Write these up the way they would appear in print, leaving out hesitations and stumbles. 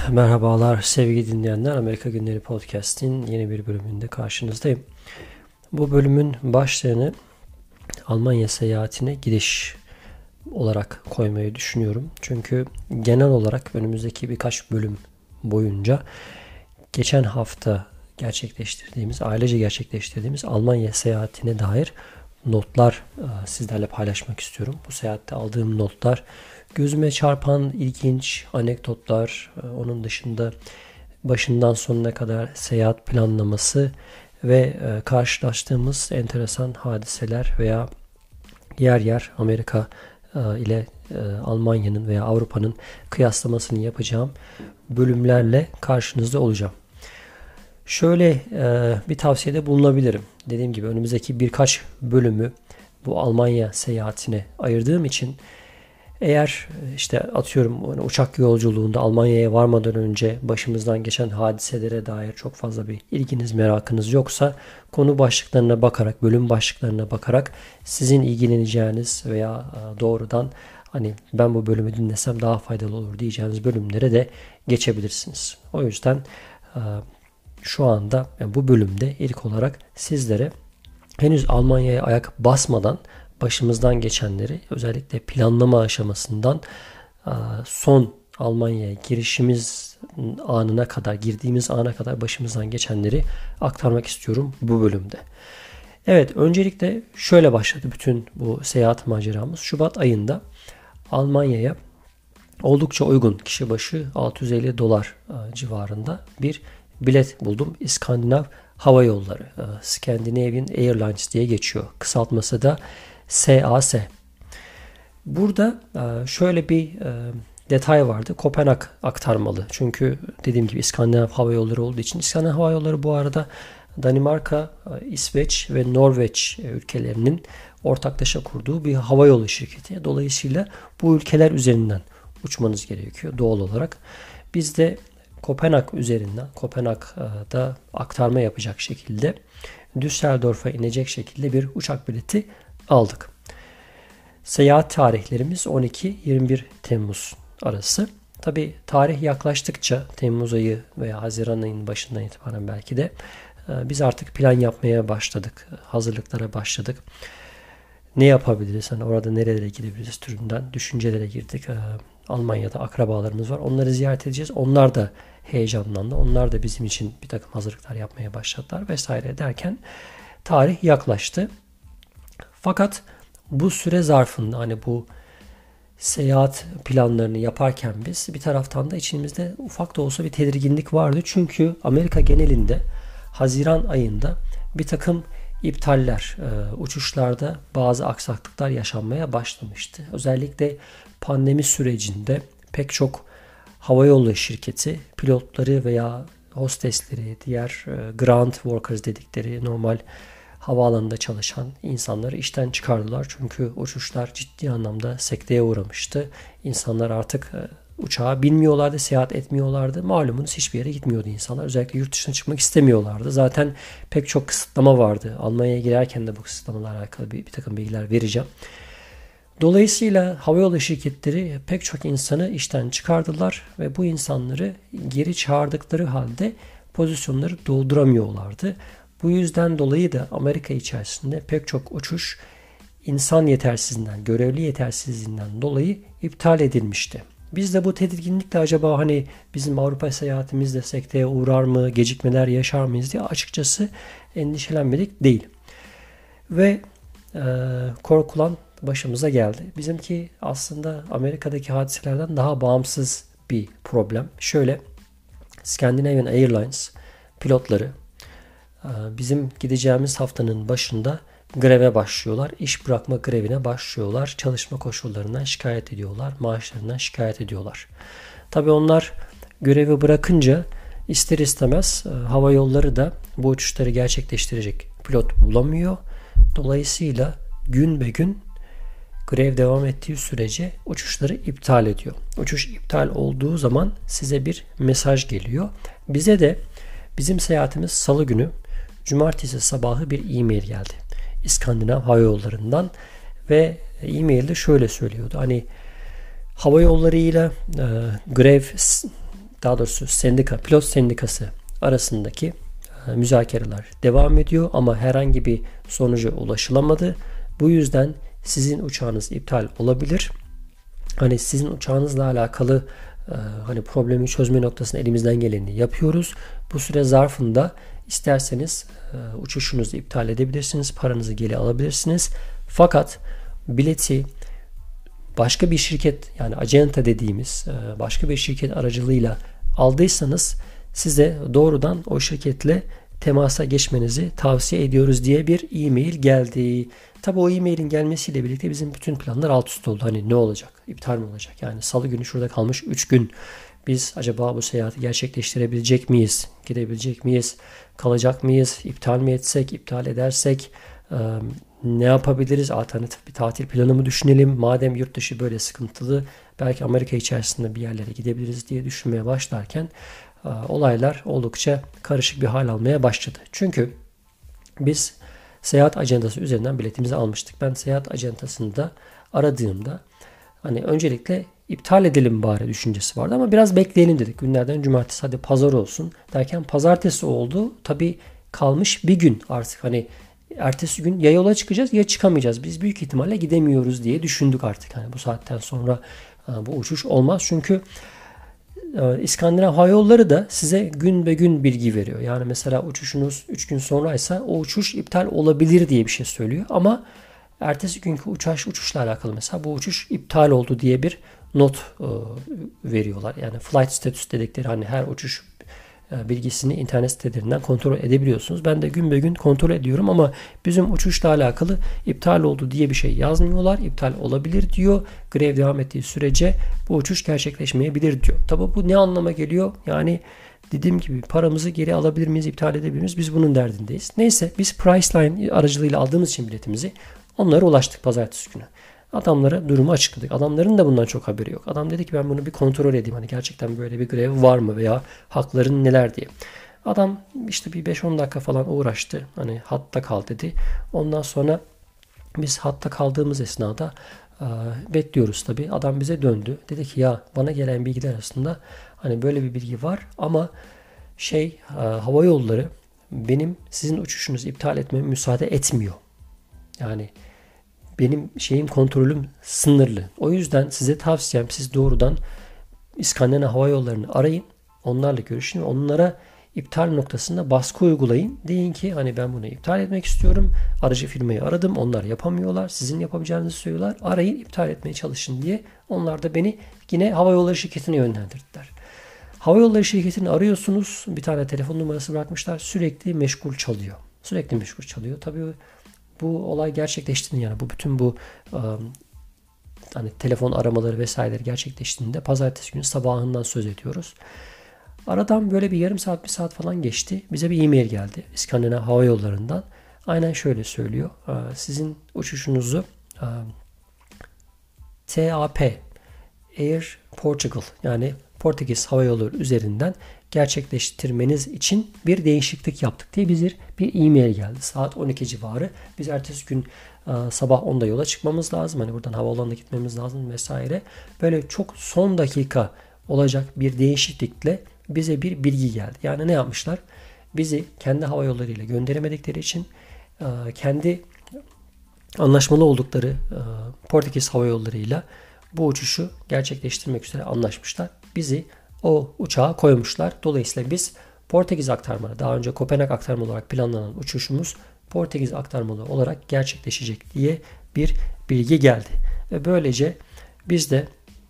Merhabalar sevgili dinleyenler. Amerika Günleri Podcast'in yeni bir bölümünde karşınızdayım. Bu bölümün başlığını Almanya seyahatine gidiş olarak koymayı düşünüyorum. Çünkü genel olarak önümüzdeki birkaç bölüm boyunca geçen hafta ailece gerçekleştirdiğimiz Almanya seyahatine dair notlar sizlerle paylaşmak istiyorum. Bu seyahatte aldığım notlar gözüme çarpan ilginç anekdotlar, onun dışında başından sonuna kadar seyahat planlaması ve karşılaştığımız enteresan hadiseler veya yer yer Amerika ile Almanya'nın veya Avrupa'nın kıyaslamasını yapacağım bölümlerle karşınızda olacağım. Şöyle bir tavsiyede bulunabilirim. Dediğim gibi önümüzdeki birkaç bölümü bu Almanya seyahatine ayırdığım için eğer atıyorum uçak yolculuğunda Almanya'ya varmadan önce başımızdan geçen hadiselere dair çok fazla bir ilginiz, merakınız yoksa konu başlıklarına bakarak, bölüm başlıklarına bakarak sizin ilgileneceğiniz veya doğrudan ben bu bölümü dinlesem daha faydalı olur diyeceğiniz bölümlere de geçebilirsiniz. O yüzden şu anda bu bölümde ilk olarak sizlere henüz Almanya'ya ayak basmadan başımızdan geçenleri, özellikle planlama aşamasından son Almanya'ya girdiğimiz ana kadar başımızdan geçenleri aktarmak istiyorum bu bölümde. Evet, öncelikle şöyle başladı bütün bu seyahat maceramız. Şubat ayında Almanya'ya oldukça uygun, kişi başı $650 civarında bir bilet buldum. İskandinav Hava Yolları, Scandinavian Airlines diye geçiyor. Kısaltması da SAS. Burada şöyle bir detay vardı. Kopenhag aktarmalı. Çünkü dediğim gibi İskandinav Hava Yolları olduğu için. İskandinav Hava Yolları bu arada Danimarka, İsveç ve Norveç ülkelerinin ortaklaşa kurduğu bir hava yolu şirketi. Dolayısıyla bu ülkeler üzerinden uçmanız gerekiyor doğal olarak. Biz de Kopenhag üzerinden, Kopenhag'da aktarma yapacak şekilde Düsseldorf'a inecek şekilde bir uçak bileti aldık. Seyahat tarihlerimiz 12-21 Temmuz arası. Tabi tarih yaklaştıkça Temmuz ayı veya Haziran ayının başından itibaren belki de biz artık plan yapmaya başladık. Hazırlıklara başladık. Ne yapabiliriz? Orada nerelere gidebiliriz türünden düşüncelere girdik. Almanya'da akrabalarımız var. Onları ziyaret edeceğiz. Onlar da heyecanlandı. Onlar da bizim için bir takım hazırlıklar yapmaya başladılar vesaire derken tarih yaklaştı. Fakat bu süre zarfında bu seyahat planlarını yaparken biz bir taraftan da içimizde ufak da olsa bir tedirginlik vardı. Çünkü Amerika genelinde Haziran ayında bir takım iptaller, uçuşlarda bazı aksaklıklar yaşanmaya başlamıştı. Özellikle pandemi sürecinde pek çok havayolu şirketi pilotları veya hostesleri, diğer ground workers dedikleri normal havaalanında çalışan insanları işten çıkardılar. Çünkü uçuşlar ciddi anlamda sekteye uğramıştı. İnsanlar artık uçağa binmiyorlardı, seyahat etmiyorlardı. Malumunuz hiçbir yere gitmiyordu insanlar. Özellikle yurt dışına çıkmak istemiyorlardı. Zaten pek çok kısıtlama vardı. Almanya'ya girerken de bu kısıtlamalarla alakalı bir takım bilgiler vereceğim. Dolayısıyla havayolu şirketleri pek çok insanı işten çıkardılar ve bu insanları geri çağırdıkları halde pozisyonları dolduramıyorlardı. Bu yüzden dolayı da Amerika içerisinde pek çok uçuş insan yetersizliğinden, görevli yetersizliğinden dolayı iptal edilmişti. Biz de bu tedirginlikle acaba bizim Avrupa seyahatimizde sekteye uğrar mı, gecikmeler yaşar mıyız diye açıkçası endişelenmedik değil. Ve korkulan başımıza geldi. Bizimki aslında Amerika'daki hadiselerden daha bağımsız bir problem. Şöyle, Scandinavian Airlines pilotları bizim gideceğimiz haftanın başında greve başlıyorlar. İş bırakma grevine başlıyorlar. Çalışma koşullarından şikayet ediyorlar. Maaşlarından şikayet ediyorlar. Tabii onlar görevi bırakınca ister istemez hava yolları da bu uçuşları gerçekleştirecek pilot bulamıyor. Dolayısıyla gün be gün grev devam ettiği sürece uçuşları iptal ediyor. Uçuş iptal olduğu zaman size bir mesaj geliyor. Bize de bizim seyahatimiz Salı günü, Cumartesi sabahı bir e-mail geldi. İskandinav Hava Yolları'ndan ve e-mailde şöyle söylüyordu. Hava yollarıyla grev daha doğrusu pilot sendikası arasındaki müzakereler devam ediyor ama herhangi bir sonuca ulaşılamadı. Bu yüzden sizin uçağınız iptal olabilir. Hani sizin uçağınızla alakalı hani problemi çözme noktasında elimizden geleni yapıyoruz. Bu süre zarfında isterseniz uçuşunuzu iptal edebilirsiniz, paranızı geri alabilirsiniz. Fakat bileti başka bir şirket, yani acenta dediğimiz başka bir şirket aracılığıyla aldıysanız size doğrudan o şirketle temasa geçmenizi tavsiye ediyoruz diye bir e-mail geldi. Tabi o e-mailin gelmesiyle birlikte bizim bütün planlar alt üst oldu. Hani ne olacak? İptal mi olacak? Yani salı günü şurada kalmış 3 gün. Biz acaba bu seyahati gerçekleştirebilecek miyiz? Gidebilecek miyiz? Kalacak mıyız? İptal mi etsek? İptal edersek ne yapabiliriz? Alternatif bir tatil planı mı düşünelim? Madem yurt dışı böyle sıkıntılı, belki Amerika içerisinde bir yerlere gidebiliriz diye düşünmeye başlarken olaylar oldukça karışık bir hal almaya başladı. Çünkü biz seyahat acentası üzerinden biletimizi almıştık. Ben seyahat acentasında aradığımda hani öncelikle iptal edelim bari düşüncesi vardı ama biraz bekleyelim dedik. Günlerden cumartesi, hadi pazar olsun derken pazartesi oldu. Tabii kalmış bir gün artık, hani ertesi gün ya yola çıkacağız ya çıkamayacağız. Biz büyük ihtimalle gidemiyoruz diye düşündük artık. Hani bu saatten sonra bu uçuş olmaz. Çünkü İskandinav Hava Yolları da size gün be gün bilgi veriyor. Yani mesela uçuşunuz 3 gün sonraysa o uçuş iptal olabilir diye bir şey söylüyor. Ama ertesi günkü uçuşla alakalı mesela bu uçuş iptal oldu diye bir not veriyorlar. Yani flight status dedikleri, hani her uçuş bilgisini internet sitelerinden kontrol edebiliyorsunuz. Ben de gün be gün kontrol ediyorum ama bizim uçuşla alakalı iptal oldu diye bir şey yazmıyorlar. İptal olabilir diyor. Grev devam ettiği sürece bu uçuş gerçekleşmeyebilir diyor. Tabi bu ne anlama geliyor? Yani dediğim gibi paramızı geri alabilir miyiz, iptal edebilir miyiz? Biz bunun derdindeyiz. Neyse, biz Priceline aracılığıyla aldığımız için biletimizi onlara ulaştık pazartesi günü. Adamlara durumu açıkladık. Adamların da bundan çok haberi yok. Adam dedi ki ben bunu bir kontrol edeyim. Hani gerçekten böyle bir grev var mı veya hakların neler diye. Adam işte bir 5-10 dakika falan uğraştı. Hani hatta kal dedi. Ondan sonra biz hatta kaldığımız esnada bekliyoruz tabii. Adam bize döndü. Dedi ki ya bana gelen bilgiler arasında hani böyle bir bilgi var ama hava yolları benim sizin uçuşunuzu iptal etmeme müsaade etmiyor. Yani benim kontrolüm sınırlı. O yüzden size tavsiyem, siz doğrudan İskandinav Hava Yolları'nı arayın. Onlarla görüşün. Onlara iptal noktasında baskı uygulayın. Deyin ki hani ben bunu iptal etmek istiyorum. Aracı firmayı aradım. Onlar yapamıyorlar. Sizin yapabileceğinizi söylüyorlar. Arayın, iptal etmeye çalışın diye. Onlar da beni yine hava yolları şirketine yönlendirdiler. Hava yolları şirketini arıyorsunuz. Bir tane telefon numarası bırakmışlar. Sürekli meşgul çalıyor. Sürekli meşgul çalıyor. Tabii bu olay gerçekleştiğinde, yani bütün bu hani telefon aramaları vesaireleri gerçekleştiğinde pazartesi günü sabahından söz ediyoruz. Aradan böyle bir yarım saat, bir saat falan geçti. Bize bir e-mail geldi İskandinav Hava Yolları'ndan. Aynen şöyle söylüyor. Sizin uçuşunuzu TAP Air Portugal, yani Portekiz Hava Yolları üzerinden gerçekleştirmeniz için bir değişiklik yaptık diye bir e-mail geldi. Saat 12 civarı. Biz ertesi gün sabah 10'da yola çıkmamız lazım. Hani buradan havaalanına gitmemiz lazım vesaire. Böyle çok son dakika olacak bir değişiklikle bize bir bilgi geldi. Yani ne yapmışlar? Bizi kendi hava yolları ile gönderemedikleri için kendi anlaşmalı oldukları Portekiz Hava Yolları ile bu uçuşu gerçekleştirmek üzere anlaşmışlar. Bizi o uçağa koymuşlar. Dolayısıyla biz Portekiz aktarmalı, daha önce Kopenhag aktarmalı olarak planlanan uçuşumuz Portekiz aktarmalı olarak gerçekleşecek diye bir bilgi geldi. Ve böylece biz de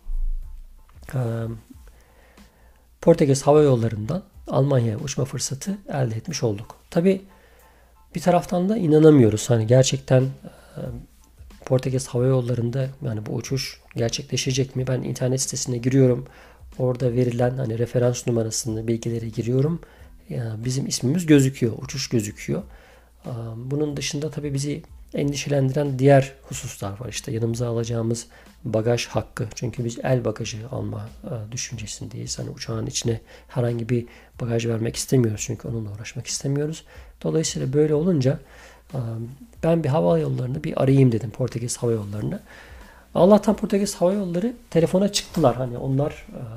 Portekiz Hava Yolları'ndan Almanya'ya uçma fırsatı elde etmiş olduk. Tabii bir taraftan da inanamıyoruz. Hani gerçekten Portekiz Hava Yolları'nda yani bu uçuş gerçekleşecek mi? Ben internet sitesine giriyorum. Orada verilen hani referans numarasını, bilgileri giriyorum. Yani bizim ismimiz gözüküyor. Uçuş gözüküyor. Bunun dışında tabii bizi endişelendiren diğer hususlar var. İşte yanımıza alacağımız bagaj hakkı. Çünkü biz el bagajı alma düşüncesindeyiz. Hani uçağın içine herhangi bir bagaj vermek istemiyoruz. Çünkü onunla uğraşmak istemiyoruz. Dolayısıyla böyle olunca ben bir hava yollarını bir arayayım dedim, Portekiz Hava Yolları'nı. Allah'tan Portekiz Hava Yolları telefona çıktılar. Hani onlar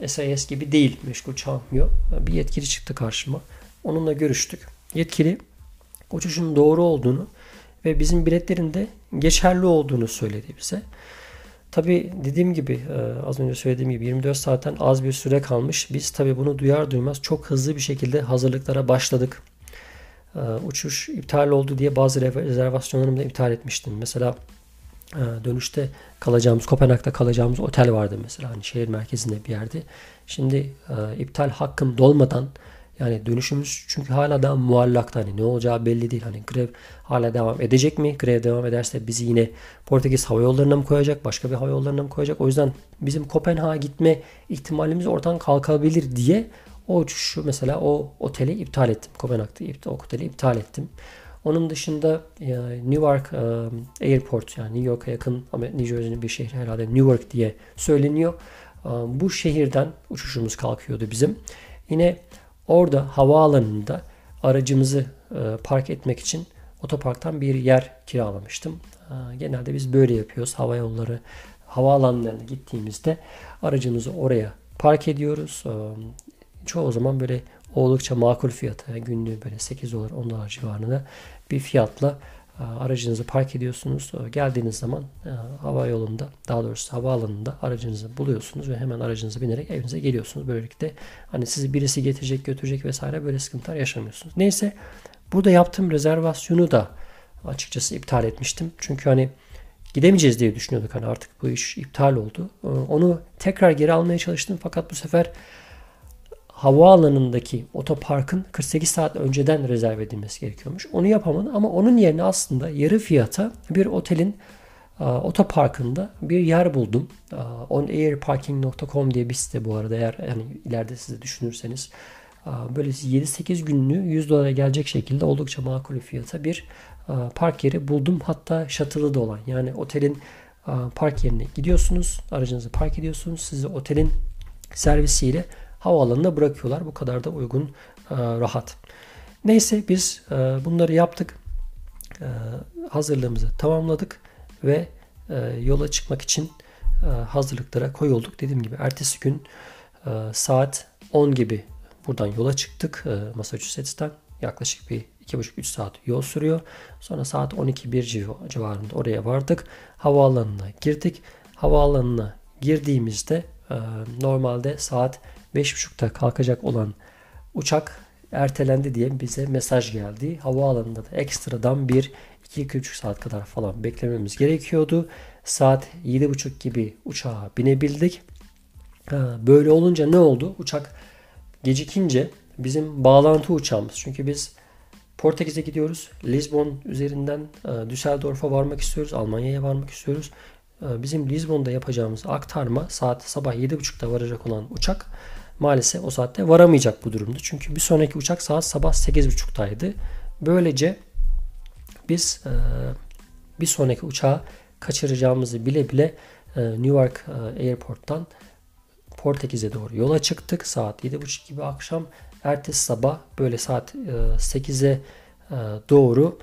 SAS gibi değil, meşgul çalmıyor. Bir yetkili çıktı karşıma. Onunla görüştük. Yetkili uçuşun doğru olduğunu ve bizim biletlerin de geçerli olduğunu söyledi bize. Tabii dediğim gibi, az önce söylediğim gibi 24 saatten az bir süre kalmış. Biz tabii bunu duyar duymaz çok hızlı bir şekilde hazırlıklara başladık. Uçuş iptal oldu diye bazı rezervasyonlarımı da iptal etmiştim. Mesela dönüşte Kopenhag'da kalacağımız otel vardı mesela. Hani şehir merkezinde bir yerde. Şimdi iptal hakkım dolmadan, yani dönüşümüz çünkü hala daha muallakta, hani ne olacağı belli değil. Hani grev hala devam edecek mi? Grev devam ederse bizi yine Portekiz Hava Yolları'na mı koyacak? Başka bir hava yollarına mı koyacak? O yüzden bizim Kopenhag'a gitme ihtimalimiz ortadan kalkabilir diye o uçuşu mesela, o oteli iptal ettim. Kopenhag'da o oteli iptal ettim. Onun dışında Newark Airport, yani New York'a yakın ama New Jersey'nin bir şehri, herhalde Newark diye söyleniyor. Bu şehirden uçuşumuz kalkıyordu bizim. Yine orada havaalanında aracımızı park etmek için otoparktan bir yer kiralamıştım. Genelde biz böyle yapıyoruz. Havaalanlarına gittiğimizde aracımızı oraya park ediyoruz. Çoğu zaman böyle oldukça makul fiyata, günlüğü böyle $8 $10 civarında bir fiyatla aracınızı park ediyorsunuz. Geldiğiniz zaman havaalanında aracınızı buluyorsunuz ve hemen aracınıza binerek evinize geliyorsunuz. Böylelikle hani sizi birisi getirecek, götürecek vesaire, böyle sıkıntılar yaşamıyorsunuz. Neyse, burada yaptığım rezervasyonu da açıkçası iptal etmiştim. Çünkü hani gidemeyeceğiz diye düşünüyorduk. Hani artık bu iş iptal oldu. Onu tekrar geri almaya çalıştım, fakat bu sefer havaalanındaki otoparkın 48 saat önceden rezerve edilmesi gerekiyormuş. Onu yapamadım ama onun yerine aslında yarı fiyata bir otelin otoparkında bir yer buldum. onairparking.com diye bir site bu arada, eğer yani ileride siz de düşünürseniz. Böyle 7-8 günlüğü $100 gelecek şekilde oldukça makul fiyata bir park yeri buldum. Hatta shuttle'ı da olan, yani otelin park yerine gidiyorsunuz, aracınızı park ediyorsunuz. Sizi otelin servisiyle havaalanına bırakıyorlar. Bu kadar da uygun, rahat. Neyse, biz bunları yaptık. Hazırlığımızı tamamladık ve yola çıkmak için hazırlıklara koyulduk. Dediğim gibi ertesi gün saat 10 gibi buradan yola çıktık Massachusetts'ten. Yaklaşık bir 2,5-3 saat yol sürüyor. Sonra saat 12-1 civarında oraya vardık. Havaalanına girdik. Havaalanına girdiğimizde normalde saat 5.30'da kalkacak olan uçak ertelendi diye bize mesaj geldi. Havaalanında da ekstradan bir 2-2,5 saat kadar falan beklememiz gerekiyordu. Saat 7.30 gibi uçağa binebildik. Böyle olunca ne oldu? Uçak gecikince bizim bağlantı uçağımız, çünkü biz Portekiz'e gidiyoruz. Lisbon üzerinden Düsseldorf'a varmak istiyoruz. Almanya'ya varmak istiyoruz. Bizim Lisbon'da yapacağımız aktarma saat sabah 7.30'da varacak olan uçak maalesef o saatte varamayacak bu durumda. Çünkü bir sonraki uçak saat sabah 8.30'daydı. Böylece biz bir sonraki uçağı kaçıracağımızı bile bile Newark Airport'tan Portekiz'e doğru yola çıktık. Saat 7.30 gibi akşam. Ertesi sabah böyle saat 8'e doğru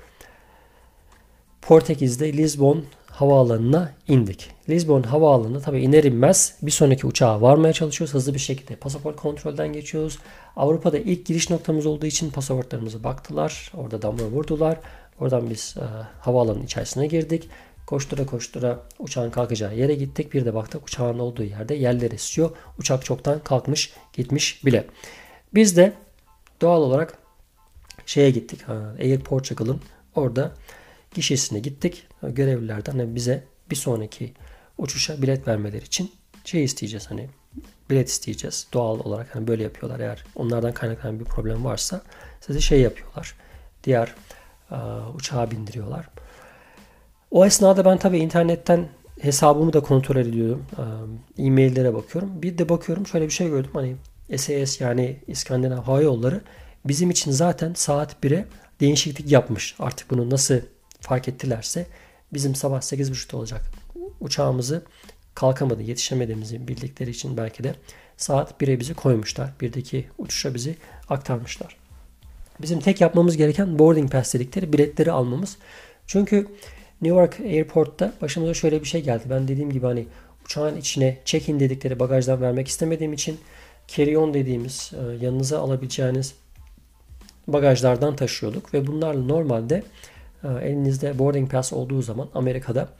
Portekiz'de Lisbon havaalanına indik. Lisbon havaalanına tabii iner inmez bir sonraki uçağa varmaya çalışıyoruz. Hızlı bir şekilde pasaport kontrolden geçiyoruz. Avrupa'da ilk giriş noktamız olduğu için pasaportlarımıza baktılar. Orada damga vurdular. Oradan biz havaalanının içerisine girdik. Koştura koştura uçağın kalkacağı yere gittik. Bir de baktık uçağın olduğu yerde yerler esiyor. Uçak çoktan kalkmış gitmiş bile. Biz de doğal olarak şeye gittik. Air Portugal'ın orada gişesine gittik. Görevlilerden hani bize bir sonraki uçuşa bilet vermeleri için isteyeceğiz. Hani bilet isteyeceğiz. Doğal olarak hani böyle yapıyorlar. Eğer onlardan kaynaklanan bir problem varsa size yapıyorlar. Diğer uçağa bindiriyorlar. O esnada ben tabii internetten hesabımı da kontrol ediyorum. E-maillere bakıyorum. Bir de bakıyorum, şöyle bir şey gördüm. Hani SAS, yani İskandinav Hava Yolları bizim için zaten saat 1'e değişiklik yapmış. Artık bunu nasıl fark ettilerse bizim sabah 8.30'da olacak uçağımızı kalkamadı, yetişemediğimizi bildikleri için belki de saat 1'e bizi koymuşlar. 1'deki uçuşa bizi aktarmışlar. Bizim tek yapmamız gereken boarding pass dedikleri biletleri almamız. Çünkü Newark Airport'ta başımıza şöyle bir şey geldi. Ben dediğim gibi hani uçağın içine check-in dedikleri bagajdan vermek istemediğim için carry-on dediğimiz yanınıza alabileceğiniz bagajlardan taşıyorduk ve bunlarla normalde elinizde boarding pass olduğu zaman Amerika'da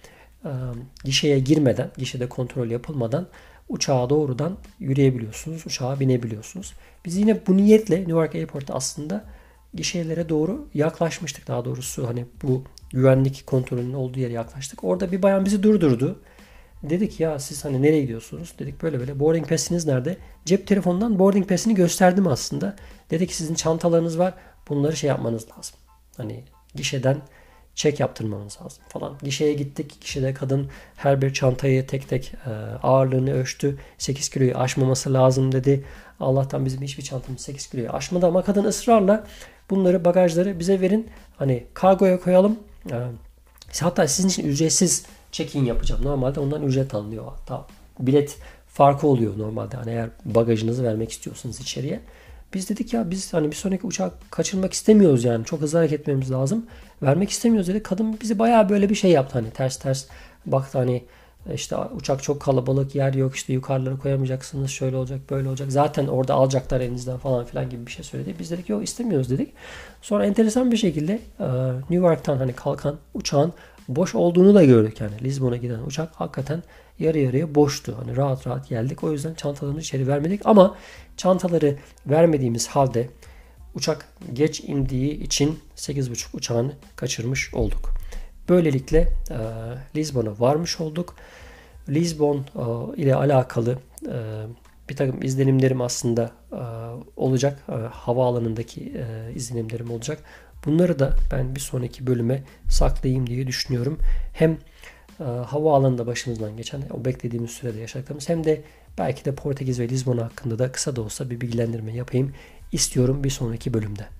gişeye girmeden, gişede kontrol yapılmadan uçağa doğrudan yürüyebiliyorsunuz, uçağa binebiliyorsunuz. Biz yine bu niyetle Newark Airport'ta aslında gişelere doğru yaklaşmıştık. Daha doğrusu hani bu güvenlik kontrolünün olduğu yere yaklaştık. Orada bir bayan bizi durdurdu. Dedik ya siz hani nereye gidiyorsunuz? Dedik böyle böyle. Boarding pass'iniz nerede? Cep telefonundan boarding pass'ini gösterdim aslında. Dedik sizin çantalarınız var. Bunları şey yapmanız lazım. Hani gişeden check yaptırmanız lazım falan. Gişeye gittik. Gişede kadın her bir çantayı tek tek ağırlığını ölçtü. 8 kiloyu aşmaması lazım dedi. Allah'tan bizim hiçbir çantamız 8 kiloyu aşmadı ama kadın ısrarla bunları, bagajları bize verin. Hani kargoya koyalım. Hatta sizin için ücretsiz check-in yapacağım. Normalde ondan ücret alınıyor. Hatta bilet farkı oluyor normalde. Hani eğer bagajınızı vermek istiyorsanız içeriye. Biz dedik ya biz hani bir sonraki uçağı kaçırmak istemiyoruz yani. Çok hızlı hareket etmemiz lazım. Vermek istemiyoruz dedik. Kadın bizi bayağı böyle bir şey yaptı. Hani ters baktı hani işte uçak çok kalabalık, yer yok, işte yukarıları koyamayacaksınız, şöyle olacak, böyle olacak. Zaten orada alacaklar elinizden falan filan gibi bir şey söyledi. Biz dedik yok istemiyoruz dedik. Sonra enteresan bir şekilde New York'tan hani kalkan uçağın boş olduğunu da gördük yani. Lisbon'a giden uçak hakikaten yarı yarıya boştu. Hani rahat rahat geldik. O yüzden çantalarını içeri vermedik ama çantaları vermediğimiz halde uçak geç indiği için 8.30 uçağını kaçırmış olduk. Böylelikle Lisbon'a varmış olduk. Lisbon ile alakalı bir takım izlenimlerim aslında olacak. Havaalanındaki izlenimlerim olacak. Bunları da ben bir sonraki bölüme saklayayım diye düşünüyorum. Hem havaalanında başımızdan geçen o beklediğimiz sürede yaşadığımız hem de belki de Portekiz ve Lisbon hakkında da kısa da olsa bir bilgilendirme yapayım istiyorum bir sonraki bölümde.